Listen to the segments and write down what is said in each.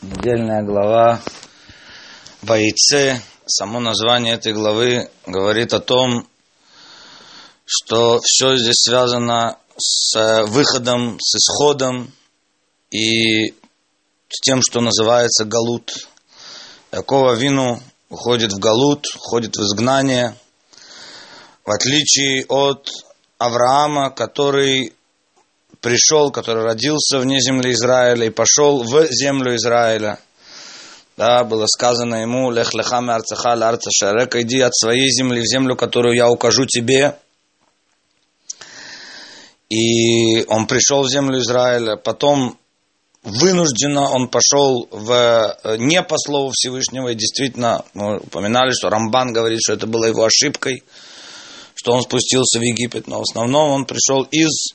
Недельная глава Ваице. Само название этой главы говорит о том, что все здесь связано с выходом, с исходом и с тем, что называется галут. Яков Авину уходит в галут, уходит в изгнание, в отличие от Авраама, который пришел, который родился вне земли Израиля и пошел в землю Израиля. Да, было сказано ему: «Лех леха ме арцеха ле арца шарека», иди от своей земли в землю, которую я укажу тебе. И он пришел в землю Израиля, потом вынужденно он пошел не по слову Всевышнего, и действительно, мы упоминали, что Рамбан говорит, что это было его ошибкой, что он спустился в Египет, но в основном он пришел из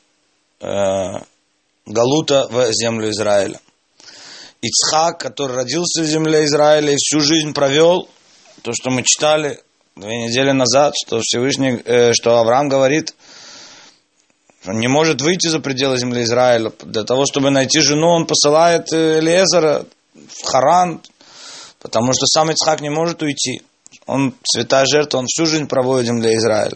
Галута в землю Израиля. Ицхак, который родился в земле Израиля и всю жизнь провел, то, что мы читали 2 недели назад, что что Авраам говорит, он не может выйти за пределы земли Израиля. Для того, чтобы найти жену, он посылает Элиезера в Харан, потому что сам Ицхак не может уйти. Он святая жертва, он всю жизнь проводит в земле Израиля.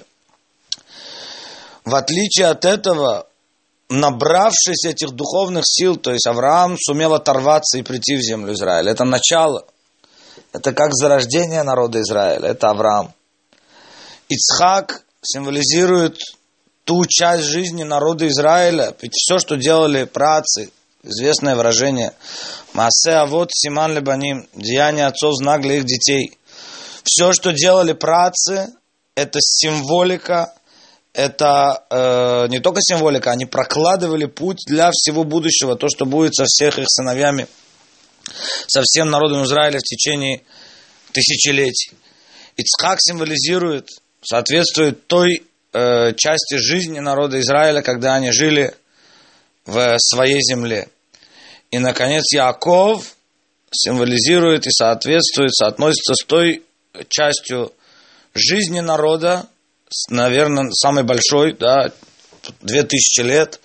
В отличие от этого, набравшись этих духовных сил, то есть Авраам сумел оторваться и прийти в землю Израиля. Это начало. Это как зарождение народа Израиля. Это Авраам. Ицхак символизирует ту часть жизни народа Израиля. Ведь все, что делали праотцы, известное выражение «Маасе авот симан лебаним», деяния отцов, знак для их детей. Все, что делали праотцы, это символика. Это не только символика, они прокладывали путь для всего будущего, то, что будет со всех их сыновьями, со всем народом Израиля в течение тысячелетий. Ицхак символизирует, соответствует той части жизни народа Израиля, когда они жили в своей земле. И, наконец, Яаков символизирует и соответствует, соотносится с той частью жизни народа, наверное, самый большой, да, 2000 лет,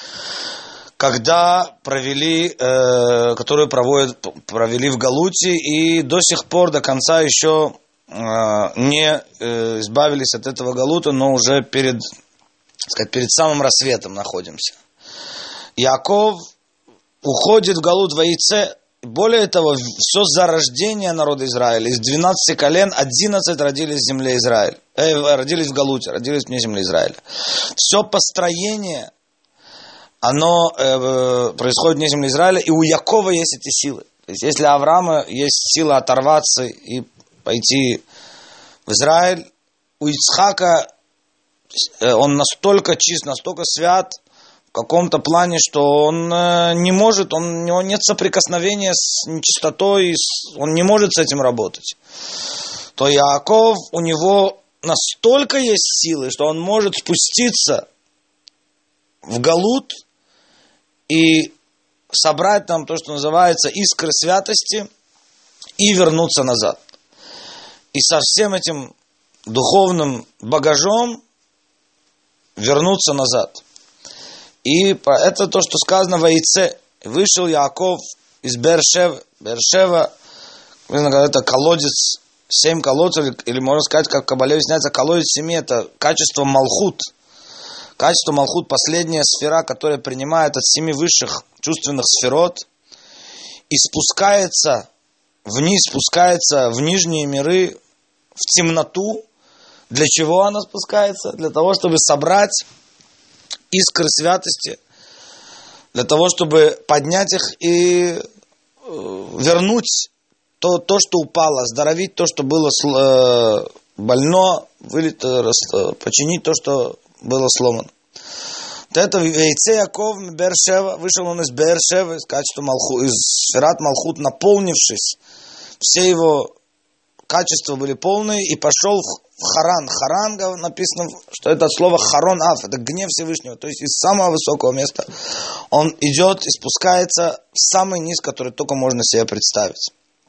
которую провели в Галуте, и до сих пор, до конца еще не избавились от этого Галута, но уже перед самым рассветом находимся. Яаков уходит в Галут Ваице. Более того, все зарождение народа Израиля, из 12 колен 11 родились в земле Израиля, родились в Галуте, родились вне земли Израиля. Все построение, оно происходит вне земли Израиля, и у Якова есть эти силы. То есть, если у Авраама есть сила оторваться и пойти в Израиль, у Ицхака он настолько чист, настолько свят, в каком-то плане, что он не может, у него нет соприкосновения с нечистотой, он не может с этим работать. То Яаков, у него настолько есть силы, что он может спуститься в Галут и собрать там то, что называется искры святости, и вернуться назад. И со всем этим духовным багажом вернуться назад. И это то, что сказано в Ваице. Вышел Яаков из Беэр-Шева. Беэр-Шева, это колодец, 7 колодцев, или можно сказать, как в Кабале объясняется, колодец 7, это качество Малхут. Качество Малхут, последняя сфера, которая принимает от 7 высших чувственных сферот и спускается вниз, спускается в нижние миры, в темноту. Для чего она спускается? Для того, чтобы собрать искры святости, для того, чтобы поднять их и вернуть то, что упало, оздоровить то, что было больно, починить то, что было сломано. Вот это Ваице Яков Беэр-Шева, вышел он из Беэр-Шева, из качества Малхут, из сферат Малхут, наполнившись, все его качества были полные, и пошел в Харан. Харан, написано, что это от слова Харон Аф, это гнев Всевышнего. То есть из самого высокого места он идет и спускается в самый низ, который только можно себе представить.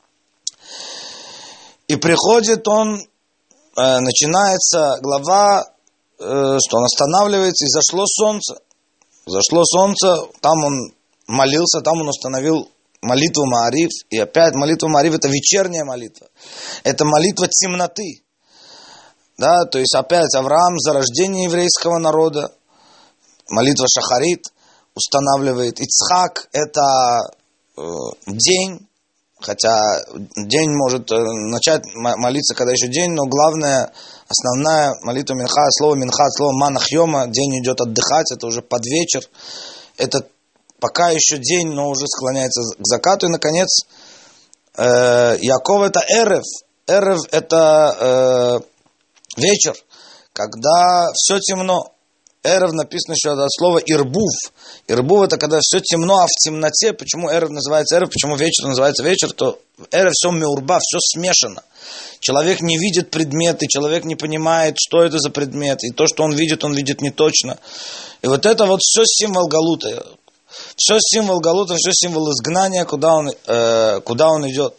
И приходит он, начинается глава, что он останавливается, и зашло солнце. Зашло солнце, там он молился, там он установил молитву Маариф. И опять молитва Маариф — это вечерняя молитва. Это молитва темноты. Да, то есть опять Авраам за рождение еврейского народа. Молитва Шахарит устанавливает. Ицхак — это день. Хотя день может начать молиться, когда еще день, но главное, основная молитва Минха, слово Минха, слово Манахьома, день идет отдыхать, это уже под вечер. Это пока еще день, но уже склоняется к закату. И, наконец, Яков — это Эрев. Эрев — это вечер, когда все темно. Эрев написано еще от слова Ирбув. Ирбув — это когда все темно, а в темноте. Почему Эрев называется Эрев, почему вечер называется вечер, то Эрев все меурба, все смешано. Человек не видит предметы, человек не понимает, что это за предмет. И то, что он видит не точно. И вот это вот все символ Галута. Все символ Галута, все символ изгнания, куда он идет.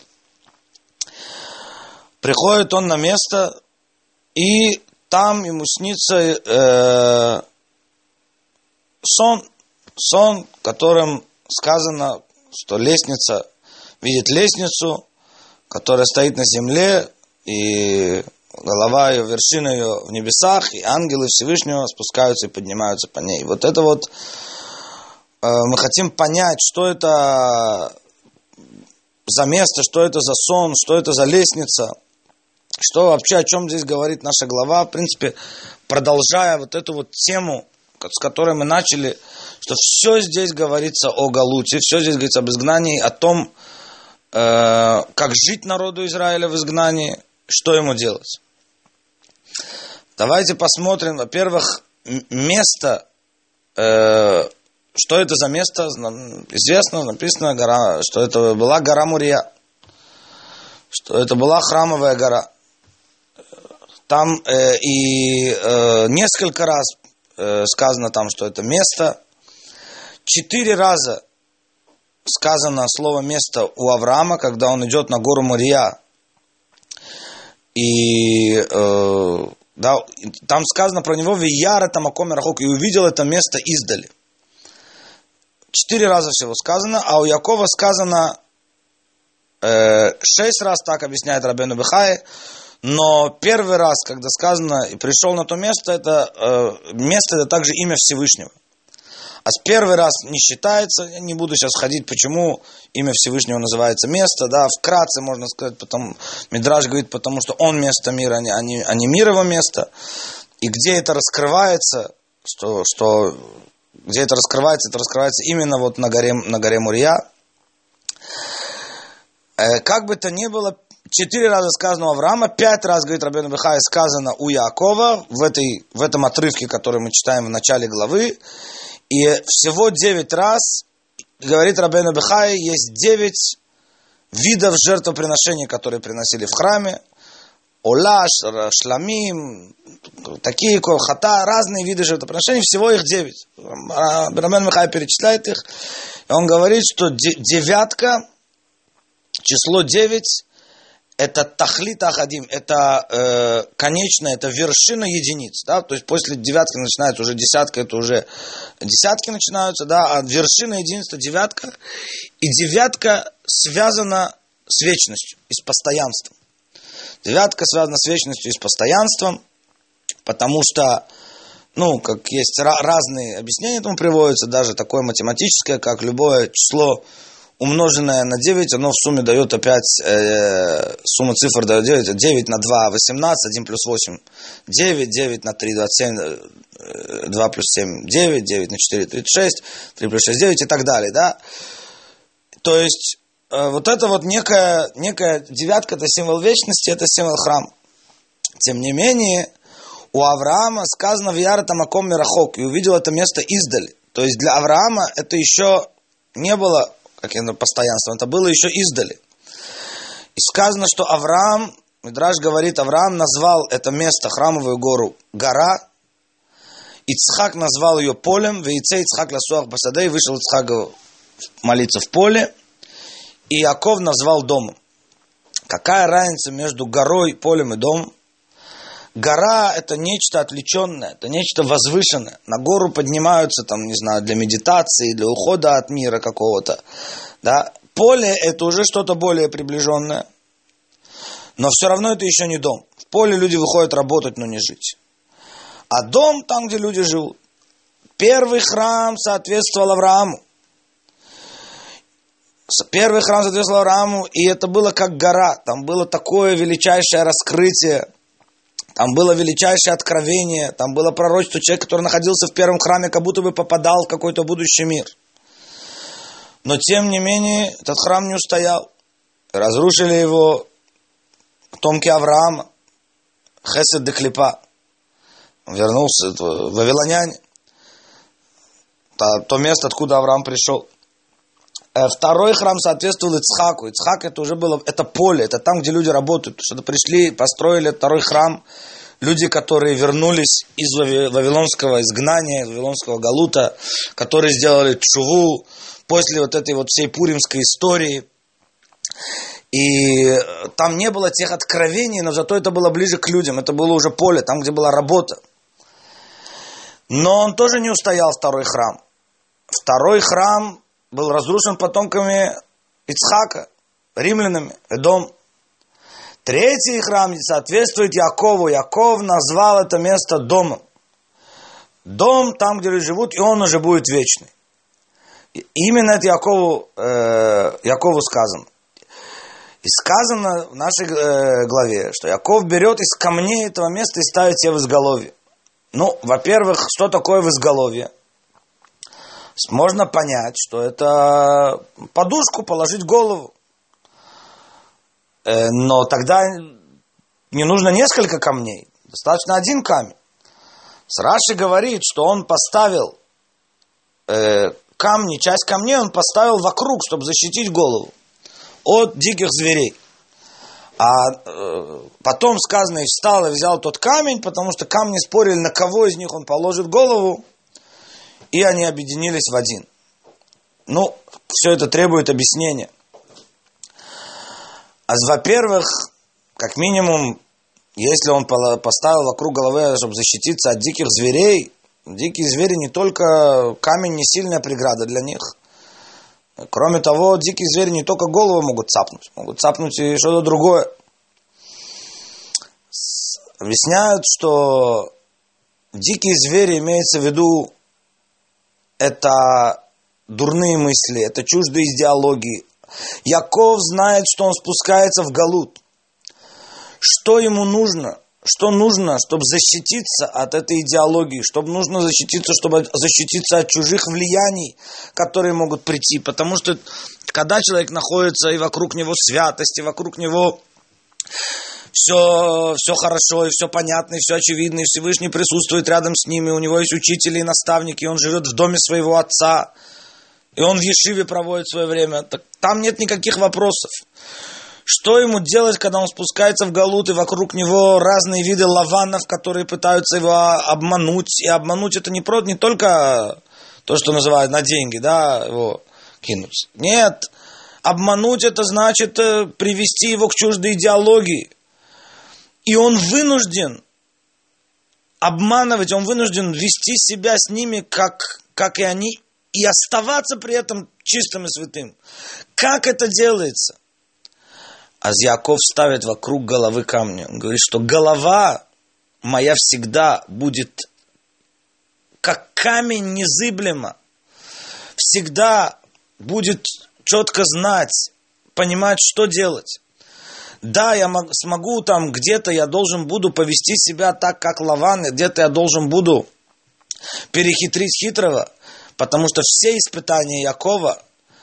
Приходит он на место, и там ему снится сон, в котором сказано, что лестница видит лестницу, которая стоит на земле, и голова ее, вершина ее в небесах, и ангелы Всевышнего спускаются и поднимаются по ней. Вот это вот мы хотим понять, что это за место, что это за сон, что это за лестница, что вообще, о чем здесь говорит наша глава. В принципе, продолжая вот эту вот тему, с которой мы начали, что все здесь говорится о Галуте, все здесь говорится об изгнании, о том, как жить народу Израиля в изгнании, что ему делать. Давайте посмотрим, во-первых, место, что это за место, известно, написано, гора, что это была гора Мурия, что это была храмовая гора. Там несколько раз сказано там, что это место. 4 раза сказано слово место у Авраама, когда он идет на гору Мория. И да, там сказано про него «Вияра тамаком рахок», и увидел это место издали. 4 раза всего сказано, а у Якова сказано 6 раз, так объясняет Рабейну Бехай. Но первый раз, когда сказано «и пришел на то место», это место, это также имя Всевышнего. А с первый раз не считается. Я не буду сейчас ходить, почему имя Всевышнего называется место. Да, вкратце можно сказать, Мидраш говорит, потому что он место мира, а не мир его место. И где это раскрывается, где это раскрывается именно вот на горе Мурия. Как бы то ни было, 4 раза сказано у Авраама, 5 раз, говорит Рабейну Бехай, сказано у Яакова в этом отрывке, который мы читаем в начале главы. И всего 9 раз, говорит Рабейну Бехай, есть 9 видов жертвоприношений, которые приносили в храме. Олаш, шламим, такие, хата, разные виды жертвоприношений, всего их 9. Рабейну Бехай перечисляет их, и он говорит, что девятка, число 9, это тахлит ахадим, это конечная, это вершина единиц, да, то есть после девятки начинается уже десятка, это уже десятки начинаются, да, а вершина единиц это девятка, и девятка связана с вечностью и с постоянством. Девятка связана с вечностью и с постоянством, потому что, как есть разные объяснения этому приводятся, даже такое математическое, как любое число, умноженное на 9, оно в сумме дает опять, сумма цифр дает 9, 9 на 2, 18, 1 плюс 8, 9, 9 на 3, 27, 2 плюс 7, 9, 9 на 4, 36, 3 плюс 6, 9 и так далее, да. То есть, вот это вот некая девятка, это символ вечности, это символ храма. Тем не менее, у Авраама сказано «Вияра тамаком мирахок», и увидел это место издали. То есть, для Авраама это еще не было постоянством, это было еще издали. И сказано, что Авраам, Мидраш говорит, Авраам назвал это место, храмовую гору, гора. Ицхак назвал ее полем. Вейцей Ицхак ласуах басаде, и вышел Ицхак молиться в поле. И Яков назвал домом. Какая разница между горой, полем и домом? Гора – это нечто отвлеченное, это нечто возвышенное. На гору поднимаются, для медитации, для ухода от мира какого-то. Да? Поле это уже что-то более приближенное. Но все равно это еще не дом. В поле люди выходят работать, но не жить. А дом там, где люди живут. Первый храм соответствовал Аврааму. Первый храм соответствовал Аврааму, и это было как гора. Там было такое величайшее раскрытие. Там было величайшее откровение. Там было пророчество. Человек, который находился в первом храме, как будто бы попадал в какой-то будущий мир. Но тем не менее, этот храм не устоял. Разрушили его потомки Авраама. Хесед де Клипа. Он вернулся, вавилоняне. То место, откуда Авраам пришел. Второй храм соответствовал Ицхаку. Ицхак это уже было, это поле, это там, где люди работают. Что-то пришли, построили второй храм. Люди, которые вернулись из вавилонского изгнания, из вавилонского галута, которые сделали тшуву после вот этой вот всей пуримской истории. И там не было тех откровений, но зато это было ближе к людям. Это было уже поле, там, где была работа. Но он тоже не устоял, второй храм. Второй храм был разрушен потомками Ицхака, римлянами, Эдом. Третий храм соответствует Якову. Яков назвал это место домом. Дом там, где люди живут, и он уже будет вечный. И именно это Якову сказано. И сказано в нашей главе, что Яков берет из камней этого места и ставит себе в изголовье. Ну, во-первых, что такое в изголовье? Можно понять, что это подушку положить в голову. Но тогда не нужно несколько камней. Достаточно один камень. Раши говорит, что он поставил камни, часть камней он поставил вокруг, чтобы защитить голову от диких зверей. А потом сказано, и встал и взял тот камень, потому что камни спорили, на кого из них он положит голову. И они объединились в один. Ну, все это требует объяснения. Во-первых, как минимум, если он поставил вокруг головы, чтобы защититься от диких зверей, дикие звери не только камень, не сильная преграда для них. Кроме того, дикие звери не только голову могут цапнуть и что-то другое. Объясняют, что дикие звери имеется в виду это дурные мысли, это чуждые идеологии. Яков знает, что он спускается в галут. Что ему нужно? Что нужно, чтобы защититься от этой идеологии? Чтобы защититься от чужих влияний, которые могут прийти. Потому что, когда человек находится, и вокруг него святость, и вокруг него все хорошо, и все понятно, и все очевидно, и Всевышний присутствует рядом с ним, и у него есть учители и наставники, и он живет в доме своего отца, и он в ешиве проводит свое время. Так там нет никаких вопросов. Что ему делать, когда он спускается в галут, и вокруг него разные виды лаванов, которые пытаются его обмануть. И обмануть это не только то, что называют на деньги, да, его кинуть. Нет, обмануть это значит привести его к чуждой идеологии. И он вынужден обманывать, он вынужден вести себя с ними, как и они, и оставаться при этом чистым и святым. Как это делается? А Яков ставит вокруг головы камни. Он говорит, что голова моя всегда будет как камень незыблемо. Всегда будет четко знать, понимать, что делать. Да, я смогу там, где-то я должен буду повести себя так, как Лаван, где-то я должен буду перехитрить хитрого, потому что все испытания Якова,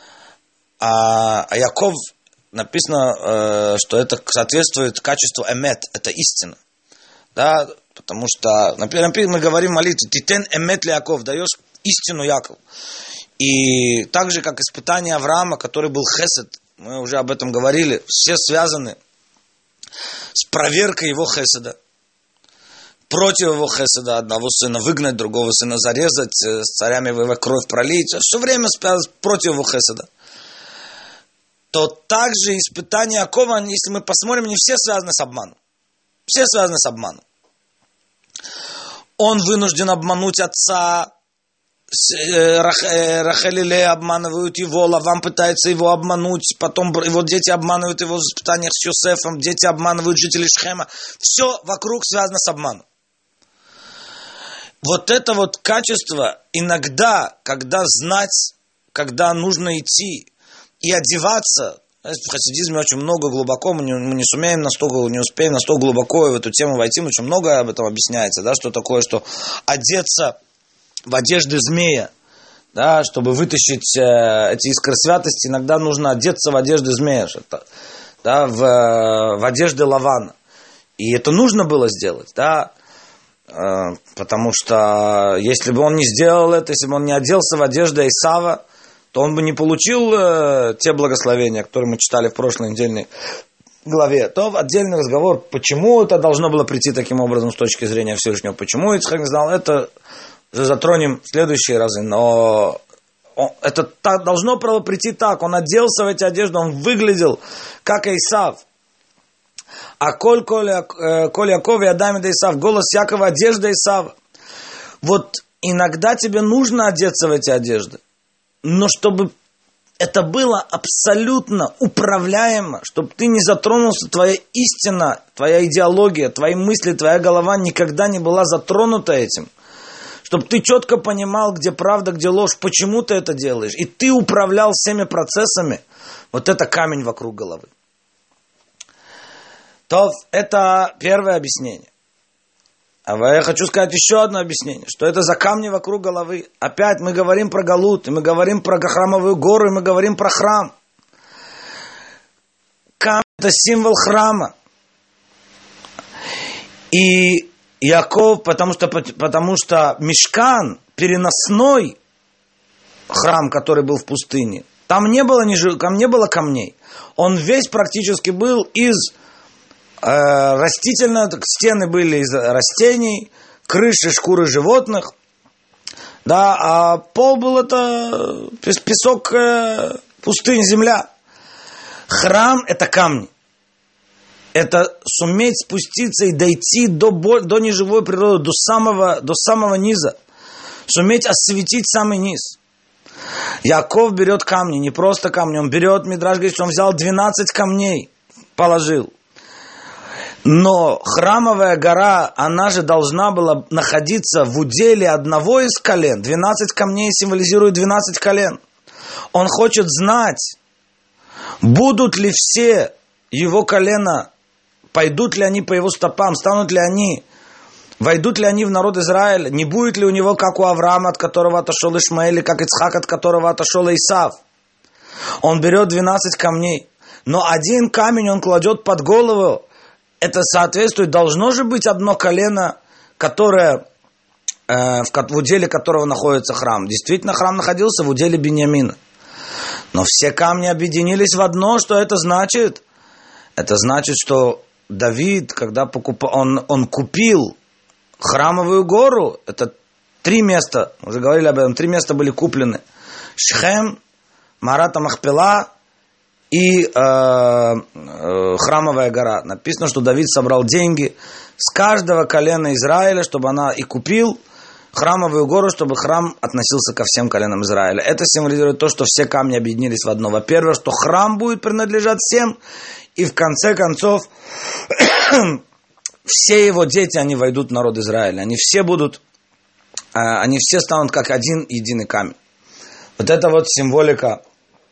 а Яков написано, что это соответствует качеству эмет, это истина. Да, потому что, например, мы говорим в молитве, титен эмет ли Яков, даешь истину Якову. И так же, как испытание Авраама, который был хесед, мы уже об этом говорили, все связаны с проверкой его хеседа. Против его хеседа, одного сына выгнать, другого сына зарезать, с царями его кровь пролить. Все время против его хеседа. То также испытания Якова, если мы посмотрим, не все связаны с обманом. Все связаны с обманом. Он вынужден обмануть отца Рахель и Лея обманывают его, Лаван пытается его обмануть, потом его дети обманывают его в испытаниях с Йосефом, дети обманывают жителей Шхема. Все вокруг связано с обманом. Вот это вот качество иногда, когда знать, когда нужно идти и одеваться. В хасидизме очень много глубоко, мы не сумеем настолько, не успеем настолько глубоко в эту тему войти, очень много об этом объясняется, да, что такое, что одеться в одежды змея, да, чтобы вытащить эти искры святости, иногда нужно одеться в одежды змея, да, в одежды Лавана. И это нужно было сделать, да, потому что если бы он не сделал это, если бы он не оделся в одежды Исава, то он бы не получил те благословения, которые мы читали в прошлой недельной главе. То в отдельный разговор, почему это должно было прийти таким образом с точки зрения Всевышнего, почему Ицхак не знал, это затронем в следующие разы. Но это так, должно было прийти так. Он оделся в эти одежды, он выглядел как Исав. А коль Яков и Адам и Исав, голос Якова, одежда Исава. Вот иногда тебе нужно одеться в эти одежды. Но чтобы это было абсолютно управляемо, чтобы ты не затронулся, твоя истина, твоя идеология, твои мысли, твоя голова никогда не была затронута этим. Чтобы ты четко понимал, где правда, где ложь, почему ты это делаешь. И ты управлял всеми процессами. Вот это камень вокруг головы. То это первое объяснение. А я хочу сказать еще одно объяснение, что это за камни вокруг головы. Опять мы говорим про Галут, и мы говорим про храмовую гору, и мы говорим про храм. Камень – это символ храма. И Яков, потому что Мишкан, переносной храм, который был в пустыне, там не было камней. Он весь практически был из растительно, стены были из растений, крыши, шкуры животных, да, а пол был это песок, пустынь, земля. Храм – это камни. Это суметь спуститься и дойти до неживой природы, до самого низа. Суметь осветить самый низ. Яков берет камни, не просто камни, он берет, Мидраш говорит, что он взял 12 камней, положил. Но храмовая гора, она же должна была находиться в уделе одного из колен. 12 камней символизируют 12 колен. Он хочет знать, будут ли все его колена, пойдут ли они по его стопам, станут ли они, войдут ли они в народ Израиля, не будет ли у него, как у Авраама, от которого отошел Ишмаэль, или как Ицхак, от которого отошел Исав. Он берет 12 камней, но один камень он кладет под голову. Это соответствует, должно же быть одно колено, которое, в уделе которого находится храм. Действительно, храм находился в уделе Биньямина. Но все камни объединились в одно. Что это значит? Это значит, что Давид, когда он купил храмовую гору, это 3 места, уже говорили об этом, 3 места были куплены. Шхем, Марата Махпела и храмовая гора. Написано, что Давид собрал деньги с каждого колена Израиля, чтобы она и купил храмовую гору, чтобы храм относился ко всем коленам Израиля. Это символизирует то, что все камни объединились в одно. Во-первых, что храм будет принадлежать всем, и в конце концов все его дети, они войдут в народ Израиля. Они все станут как один единый камень. Вот это вот символика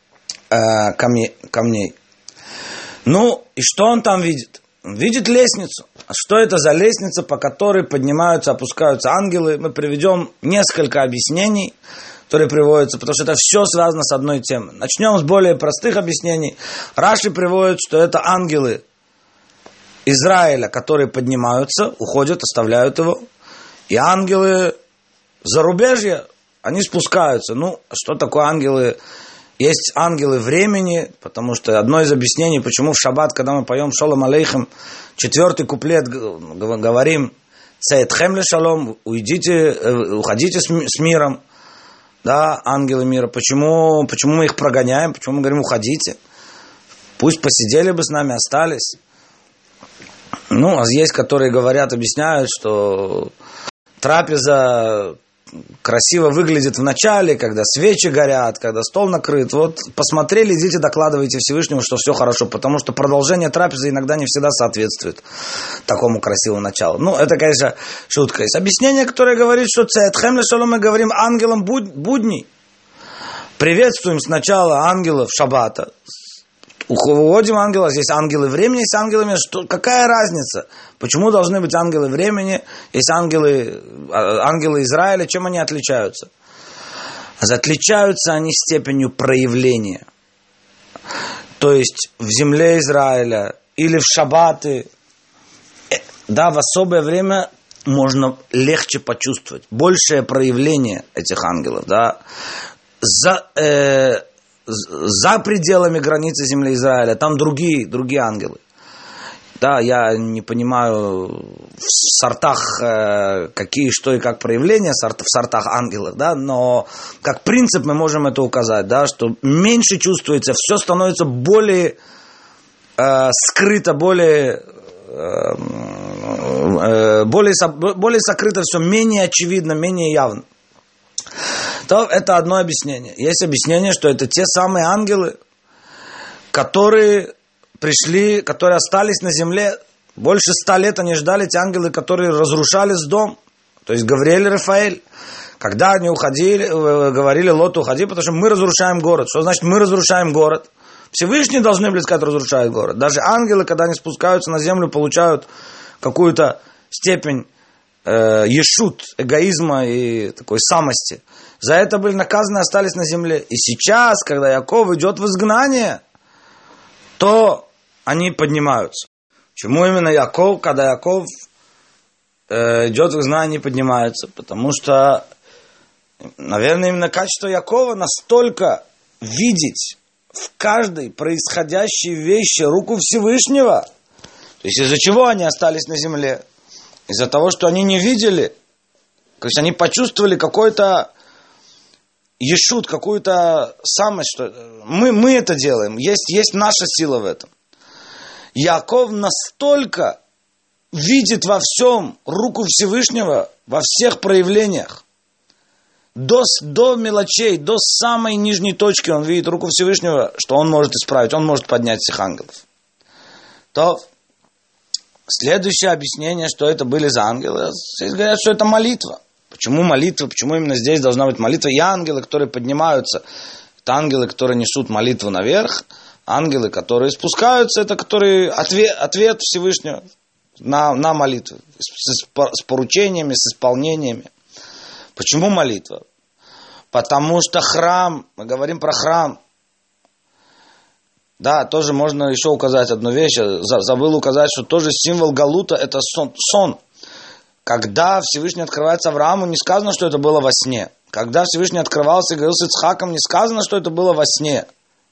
камней. Ну, и что он там видит? Он видит лестницу. А что это за лестница, по которой поднимаются, опускаются ангелы? Мы приведем несколько объяснений, которые приводятся, потому что это все связано с одной темой. Начнем с более простых объяснений. Раши приводит, что это ангелы Израиля, которые поднимаются, уходят, оставляют его. И ангелы зарубежья, они спускаются. Ну, что такое ангелы? Есть ангелы времени, потому что одно из объяснений, почему в шаббат, когда мы поем «Шолом алейхем», 4-й куплет говорим «Цеэтхем ле шалом», уходите с миром, да, ангелы мира. Почему мы их прогоняем, почему мы говорим «уходите»? Пусть посидели бы с нами, остались. Ну, а есть, которые говорят, объясняют, что трапеза красиво выглядит в начале, когда свечи горят, когда стол накрыт. Вот посмотрели, идите, докладывайте Всевышнему, что все хорошо, потому что продолжение трапезы иногда не всегда соответствует такому красивому началу. Ну, это, конечно, шутка. Есть объяснение, которое говорит, что цеэтхем лешалом, мы говорим ангелам будней. Приветствуем сначала ангелов шаббата. Уводим ангела, здесь ангелы времени, есть ангелы мира. Какая разница? Почему должны быть ангелы времени, есть ангелы Израиля, чем они отличаются? Отличаются они степенью проявления. То есть в земле Израиля или в шаббаты, да, в особое время можно легче почувствовать. Большее проявление этих ангелов, да. За пределами границы земли Израиля, там другие ангелы. Да, я не понимаю в сортах какие, что и как проявления, в сортах ангелов, да, но как принцип мы можем это указать, да, что меньше чувствуется, все становится более скрыто, более сокрыто, все менее очевидно, менее явно. То это одно объяснение. Есть объяснение, что это те самые ангелы, которые пришли, которые остались на земле. Больше 100 лет они ждали, те ангелы, которые разрушали дом. То есть Гавриэль и Рафаэль. Когда они уходили, говорили Лоту, уходи, потому что мы разрушаем город. Что значит мы разрушаем город? Всевышние должны были сказать, разрушают город. Даже ангелы, когда они спускаются на землю, получают какую-то степень ешут, эгоизма и такой самости. За это были наказаны, остались на земле. И сейчас, когда Яков идет в изгнание, то они поднимаются. Почему именно Яков, когда Яков идет в изгнание, они поднимаются? Потому что, наверное, именно качество Якова настолько видеть в каждой происходящей вещи руку Всевышнего. То есть из-за чего они остались на земле? Из-за того, что они не видели, то есть они почувствовали какой-то ешут, какую-то самость, что мы это делаем, есть наша сила в этом. Яков настолько видит во всем руку Всевышнего, во всех проявлениях, до мелочей, до самой нижней точки он видит руку Всевышнего, что он может исправить, он может поднять всех ангелов. То следующее объяснение, что это были за ангелы, здесь говорят, что это молитва. Почему молитва? Почему именно здесь должна быть молитва? И ангелы, которые поднимаются, это ангелы, которые несут молитву наверх. Ангелы, которые спускаются, это которые ответ Всевышнего на молитву. С поручениями, с исполнениями. Почему молитва? Потому что храм, мы говорим про храм. Да, тоже можно еще указать одну вещь. Забыл указать, что тоже символ Галута – это сон. Когда Всевышний открывается Аврааму, не сказано, что это было во сне. Когда Всевышний открывался и говорил с Ицхаком, не сказано, что это было во сне.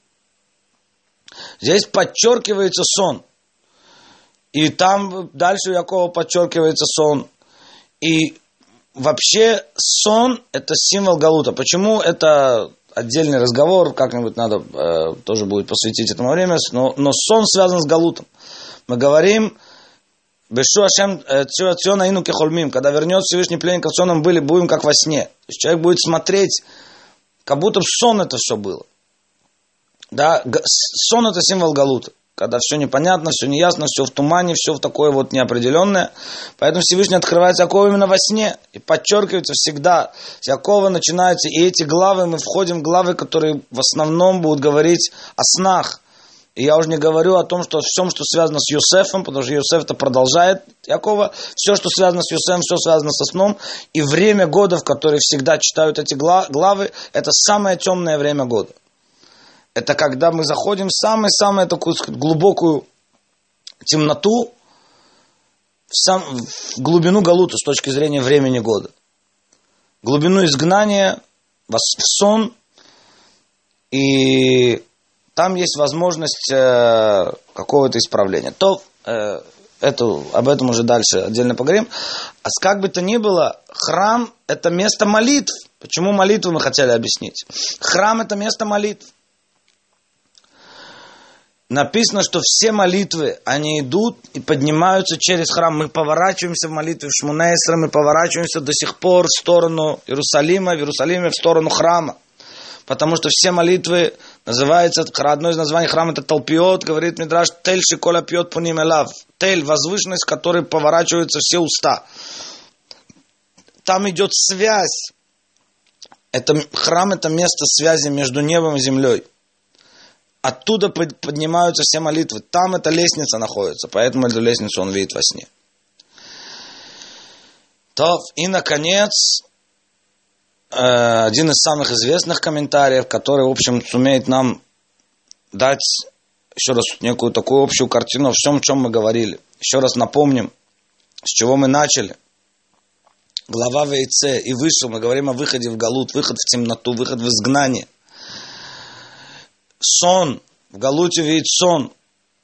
Здесь подчеркивается сон. И там дальше у Якова подчеркивается сон. И вообще сон – это символ Галута. Почему? Это отдельный разговор, как-нибудь надо тоже будет посвятить этому время. Но сон связан с Галутом. Мы говорим, Бешу Ашем Циона Ину Кехольмим, когда вернется Всевышний пленников Ционом, будем как во сне. То есть человек будет смотреть, как будто в сон это все было. Да? Сон это символ Галута. Когда все непонятно, все неясно, все в тумане, все в такое вот неопределенное. Поэтому Всевышний открывается Якову именно во сне. И подчеркивается всегда. С Якова начинаются и эти главы, мы входим в главы, которые в основном будут говорить о снах. И я уже не говорю о том, что всем, что связано с Йосефом, потому что Йосеф это продолжает Якова. Все, что связано с Йосефом, все связано со сном. И время года, в которое всегда читают эти главы, это самое темное время года. Это когда мы заходим в самую такую глубокую темноту, в глубину Галута с точки зрения времени года. Глубину изгнания, в сон. И там есть возможность какого-то исправления. Об этом уже дальше отдельно поговорим. А как бы то ни было, храм – это место молитв. Почему молитву мы хотели объяснить? Храм – это место молитв. написано, что все молитвы, они идут и поднимаются через храм. Мы поворачиваемся в молитве в Шмоней-Эсрей, мы поворачиваемся до сих пор в сторону Иерусалима, в Иерусалиме в сторону храма. Потому что все молитвы называются, одно из названий храма это Талпиот, говорит Мидраш, Тель шиколя пьет пуним элав. Тель, возвышенность, в которой поворачиваются все уста. Там идет связь. Храм это место связи между небом и землей. Оттуда поднимаются все молитвы. Там эта лестница находится. Поэтому эту лестницу он видит во сне. И, наконец, один из самых известных комментариев, который, в общем, сумеет нам дать еще раз некую такую общую картину о всем, о чем мы говорили. Еще раз напомним, с чего мы начали. Глава Вейце и вышел. Мы говорим о выходе в галут, выход в темноту, выход в изгнание. Сон. В галуте видит сон.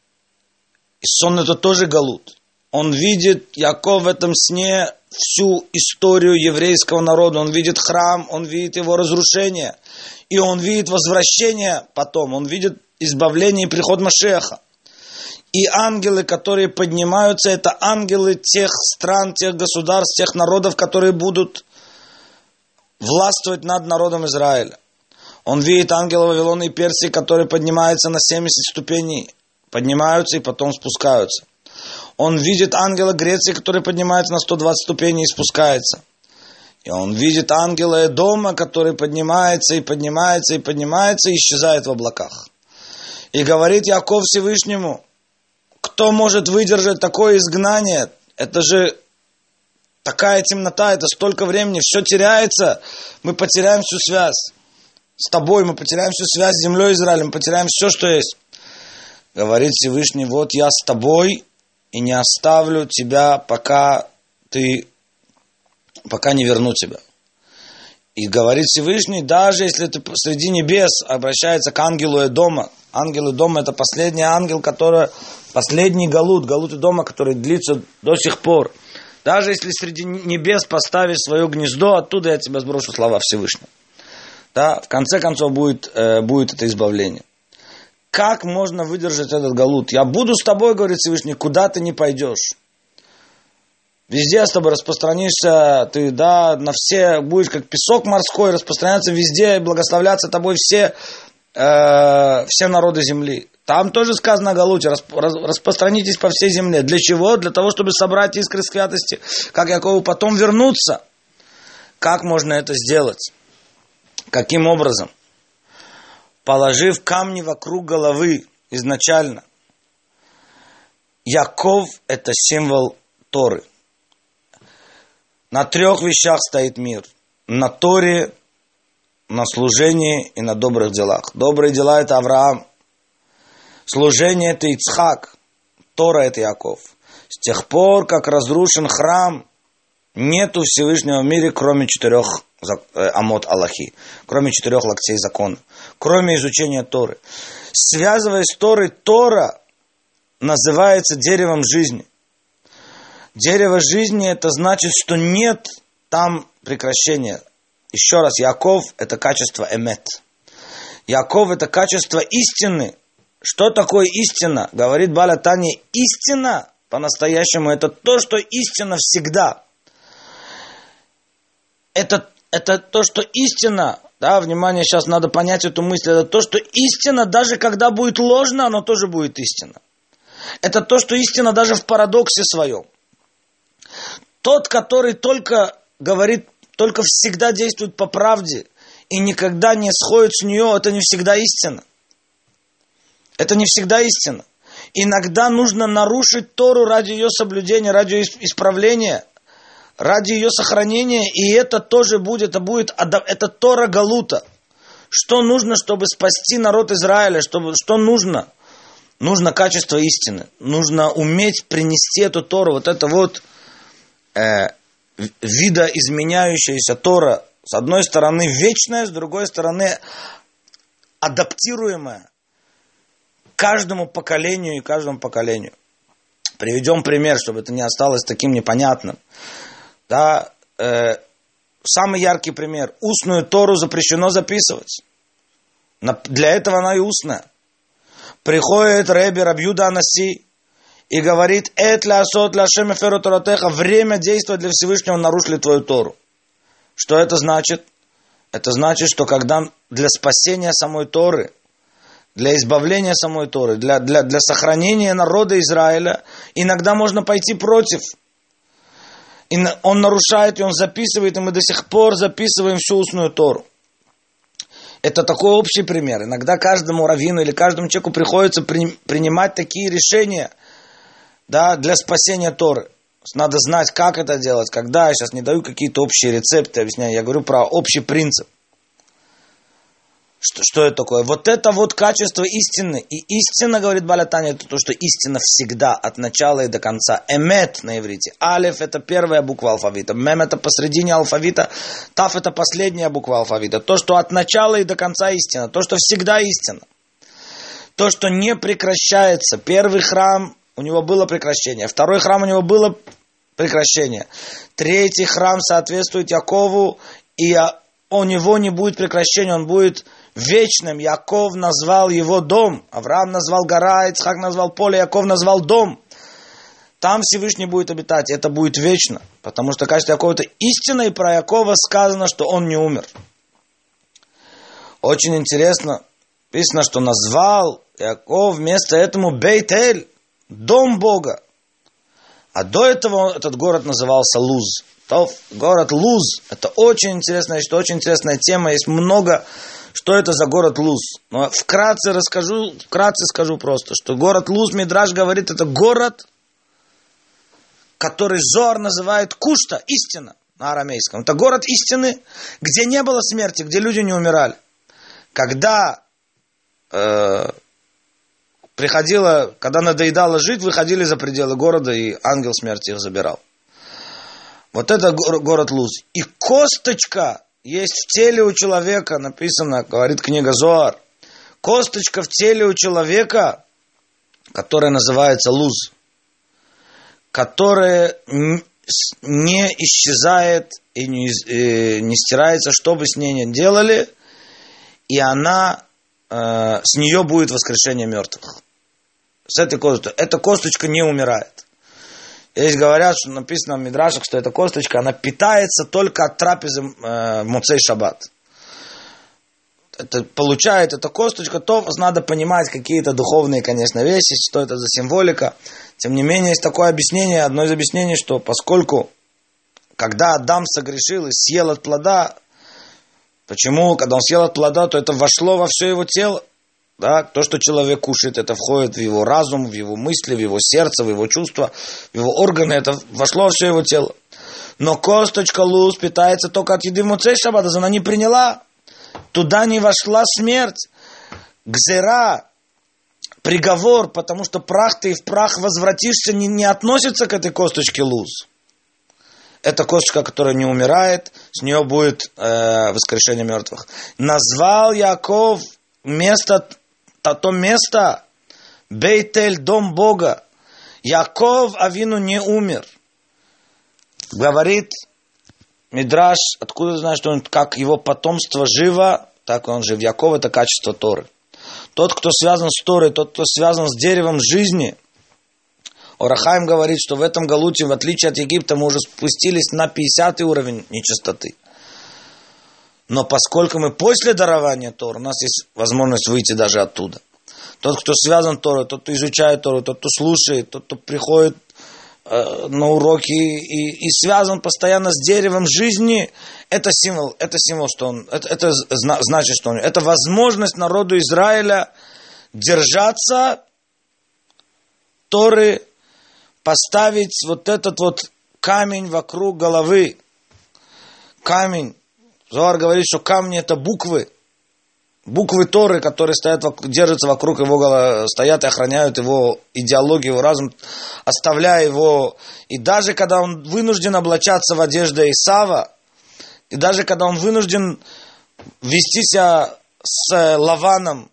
И сон это тоже галут. Он видит, Яков в этом сне, всю историю еврейского народа. Он видит храм, он видит его разрушение. И он видит возвращение потом. Он видит избавление и приход Машеха. И ангелы, которые поднимаются, это ангелы тех стран, тех государств, тех народов, которые будут властвовать над народом Израиля. Он видит ангела Вавилона и Персии, которые поднимаются на 70 ступеней, поднимаются и потом спускаются. Он видит ангела Греции, который поднимается на 120 ступеней и спускается. И он видит ангела Эдома, который поднимается и поднимается и поднимается и исчезает в облаках. И говорит Яков Всевышнему, кто может выдержать такое изгнание? Это же такая темнота, это столько времени, все теряется, мы потеряем всю связь. С тобой мы потеряем всю связь с землей Израиля, мы потеряем все, что есть. Говорит Всевышний, вот я с тобой и не оставлю тебя, пока не верну тебя. И говорит Всевышний, даже если ты среди небес обращается к ангелу Эдома. Ангел Эдома это последний ангел, последний галут Эдома, который длится до сих пор. Даже если среди небес поставишь свое гнездо, оттуда я тебя сброшу, слова Всевышнего. Да, в конце концов будет это избавление. Как можно выдержать этот галут? Я буду с тобой, говорит Всевышний, куда ты не пойдешь. Везде с тобой распространишься, ты, да, на все будешь как песок морской, распространяться везде, благословляться тобой все народы земли. Там тоже сказано о галуте, распространитесь по всей земле. Для чего? Для того, чтобы собрать искры святости, как Якову потом вернуться. Как можно это сделать? Каким образом? Положив камни вокруг головы изначально. Яков – это символ Торы. На 3 вещах стоит мир. На Торе, на служении и на добрых делах. Добрые дела – это Авраам. Служение – это Ицхак. Тора – это Яков. С тех пор, как разрушен храм, нету Всевышнего в мире, кроме 4 амот Аллахи, кроме 4 локтей закона, кроме изучения Торы. Связываясь с Торой, Тора называется деревом жизни. Дерево жизни это значит, что нет там прекращения. Еще раз, Яков это качество эмет. Яков это качество истины. Что такое истина? Говорит Бааль ха-Тания, истина по-настоящему это то, что истина всегда. Это то, что истина, да, внимание, сейчас надо понять эту мысль, это то, что истина, даже когда будет ложно, оно тоже будет истина. Это то, что истина даже в парадоксе своем. Тот, который только говорит, только всегда действует по правде и никогда не сходит с нее, это не всегда истина. Это не всегда истина. Иногда нужно нарушить Тору ради ее соблюдения, ради ее исправления, ради ее сохранения, и это тоже будет, это Тора Галута. Что нужно, чтобы спасти народ Израиля? Что нужно? Нужно качество истины. Нужно уметь принести эту Тору. Вот это вот видоизменяющаяся Тора. С одной стороны вечная, с другой стороны адаптируемая каждому поколению и каждому поколению. Приведем пример, чтобы это не осталось таким непонятным. Да, самый яркий пример. Устную Тору запрещено записывать. Для этого она и устная. приходит Реби Рабьюда Анаси и говорит: время действовать для Всевышнего, нарушили твою Тору. Что это значит? Это значит, что когда для спасения самой Торы, для избавления самой Торы, для сохранения народа Израиля, иногда можно пойти против. И он нарушает, и он записывает, и мы до сих пор записываем всю устную Тору. Это такой общий пример. Иногда каждому раввину или каждому человеку приходится принимать такие решения, да, для спасения Торы. Надо знать, как это делать, когда. Я сейчас не даю какие-то общие рецепты, объясняю. Я говорю про общий принцип. Что это такое? Вот это вот качество истины. И истина, говорит Бааль ха-Тanya, это то, что истина всегда, от начала и до конца. Эмет на иврите. Алеф — это первая буква алфавита. Мем — это посредине алфавита. Таф — это последняя буква алфавита. То, что от начала и до конца истина. То, что всегда истина. То, что не прекращается. Первый храм, у него было прекращение. Второй храм, у него было прекращение. Третий храм соответствует Якову, и у него не будет прекращения, он будет вечным. Яков назвал его дом. Авраам назвал гора, Ицхак назвал поле, Яков назвал дом. Там Всевышний будет обитать, и это будет вечно. Потому что качество Якова — это истина, и про Якова сказано, что он не умер. Очень интересно, написано, что назвал Яков вместо этому Бейт-Эль, дом Бога. А до этого этот город назывался Луз. Город Луз. Это очень интересная, что очень интересная тема. Есть много, что это за город Луз. Но вкратце скажу просто, что город Луз, Мидраш говорит, это город, который Зоар называет Кушта, истина на арамейском. Это город истины, где не было смерти, где люди не умирали. Когда когда надоедало жить, выходили за пределы города, и ангел смерти их забирал. Вот это город Луз. И косточка есть в теле у человека, написано, говорит книга Зоар. Косточка в теле у человека, которая называется Луз, которая не исчезает и не стирается, что бы с ней ни делали, и с нее будет воскрешение мертвых. С этой косточкой. Эта косточка не умирает. Здесь говорят, что написано в Мидрашах, что эта косточка, она питается только от трапезы в Моцей Шаббат. Это получает эта косточка, то надо понимать какие-то духовные, конечно, вещи, что это за символика. Тем не менее, есть такое объяснение, одно из объяснений, что поскольку, когда Адам согрешил и съел от плода, почему, когда он съел от плода, то это вошло во все его тело. Да? То, что человек кушает, это входит в его разум, в его мысли, в его сердце, в его чувства, в его органы, это вошло во все его тело. Но косточка Луз питается только от еды в Моцей Шаббат, она не приняла. Туда не вошла смерть. Гзера, приговор, потому что прах ты и в прах возвратишься, не относится к этой косточке Луз. Это косточка, которая не умирает, с нее будет воскрешение мертвых. Назвал Яков то место Бейт-Эль, дом Бога. Яков Авину не умер. Говорит Мидраш, откуда знаешь, что он, как его потомство живо, так он жив. Яков — это качество Торы. Тот, кто связан с Торой, тот, кто связан с деревом жизни. Ор ха-Хаим говорит, что в этом галуте, в отличие от Египта, мы уже спустились на 50-й уровень нечистоты. Но поскольку мы после дарования Торы, у нас есть возможность выйти даже оттуда. Тот, кто связан с Торой, тот, кто изучает Тору, тот, кто слушает, тот, кто приходит на уроки и связан постоянно с деревом жизни, это символ, что он, это значит, что он, это возможность народу Израиля держаться Торы, поставить вот этот вот камень вокруг головы. Камень. Зоар говорит, что камни — это буквы. Буквы Торы, которые держатся вокруг его, стоят и охраняют его идеологию, его разум, оставляя его. И даже когда он вынужден облачаться в одежды Исава, и даже когда он вынужден вести себя с Лаваном,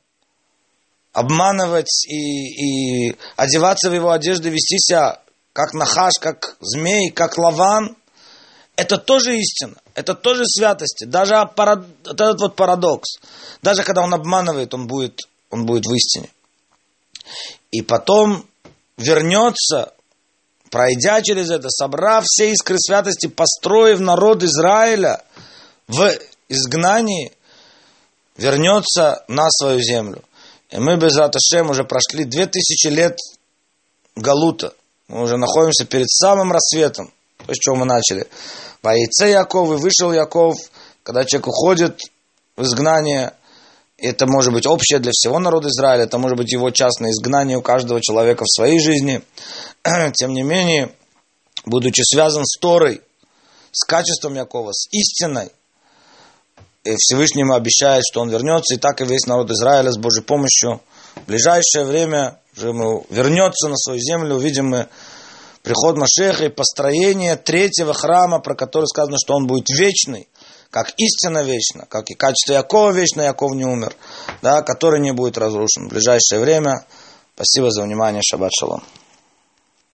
обманывать и одеваться в его одежды, вести себя как Нахаш, как змей, как Лаван, это тоже истина, это тоже святости. Даже этот вот парадокс. Даже когда он обманывает, он будет в истине. И потом вернется, пройдя через это, собрав все искры святости, построив народ Израиля в изгнании, вернется на свою землю. И мы без Раташем уже прошли 2000 лет галута. Мы уже находимся перед самым рассветом. То, с чего мы начали. В яйце Яков, и вышел Яков, когда человек уходит в изгнание. Это может быть общее для всего народа Израиля, это может быть его частное изгнание у каждого человека в своей жизни. Тем не менее, будучи связан с Торой, с качеством Якова, с истиной, и Всевышний ему обещает, что он вернется, и так и весь народ Израиля с Божьей помощью в ближайшее время вернется на свою землю. Увидим мы приход Машеха и построение третьего храма, про который сказано, что он будет вечный, как истина вечна, как и качество Якова вечно, Яков не умер, да, который не будет разрушен в ближайшее время. Спасибо за внимание. Шаббат шалом.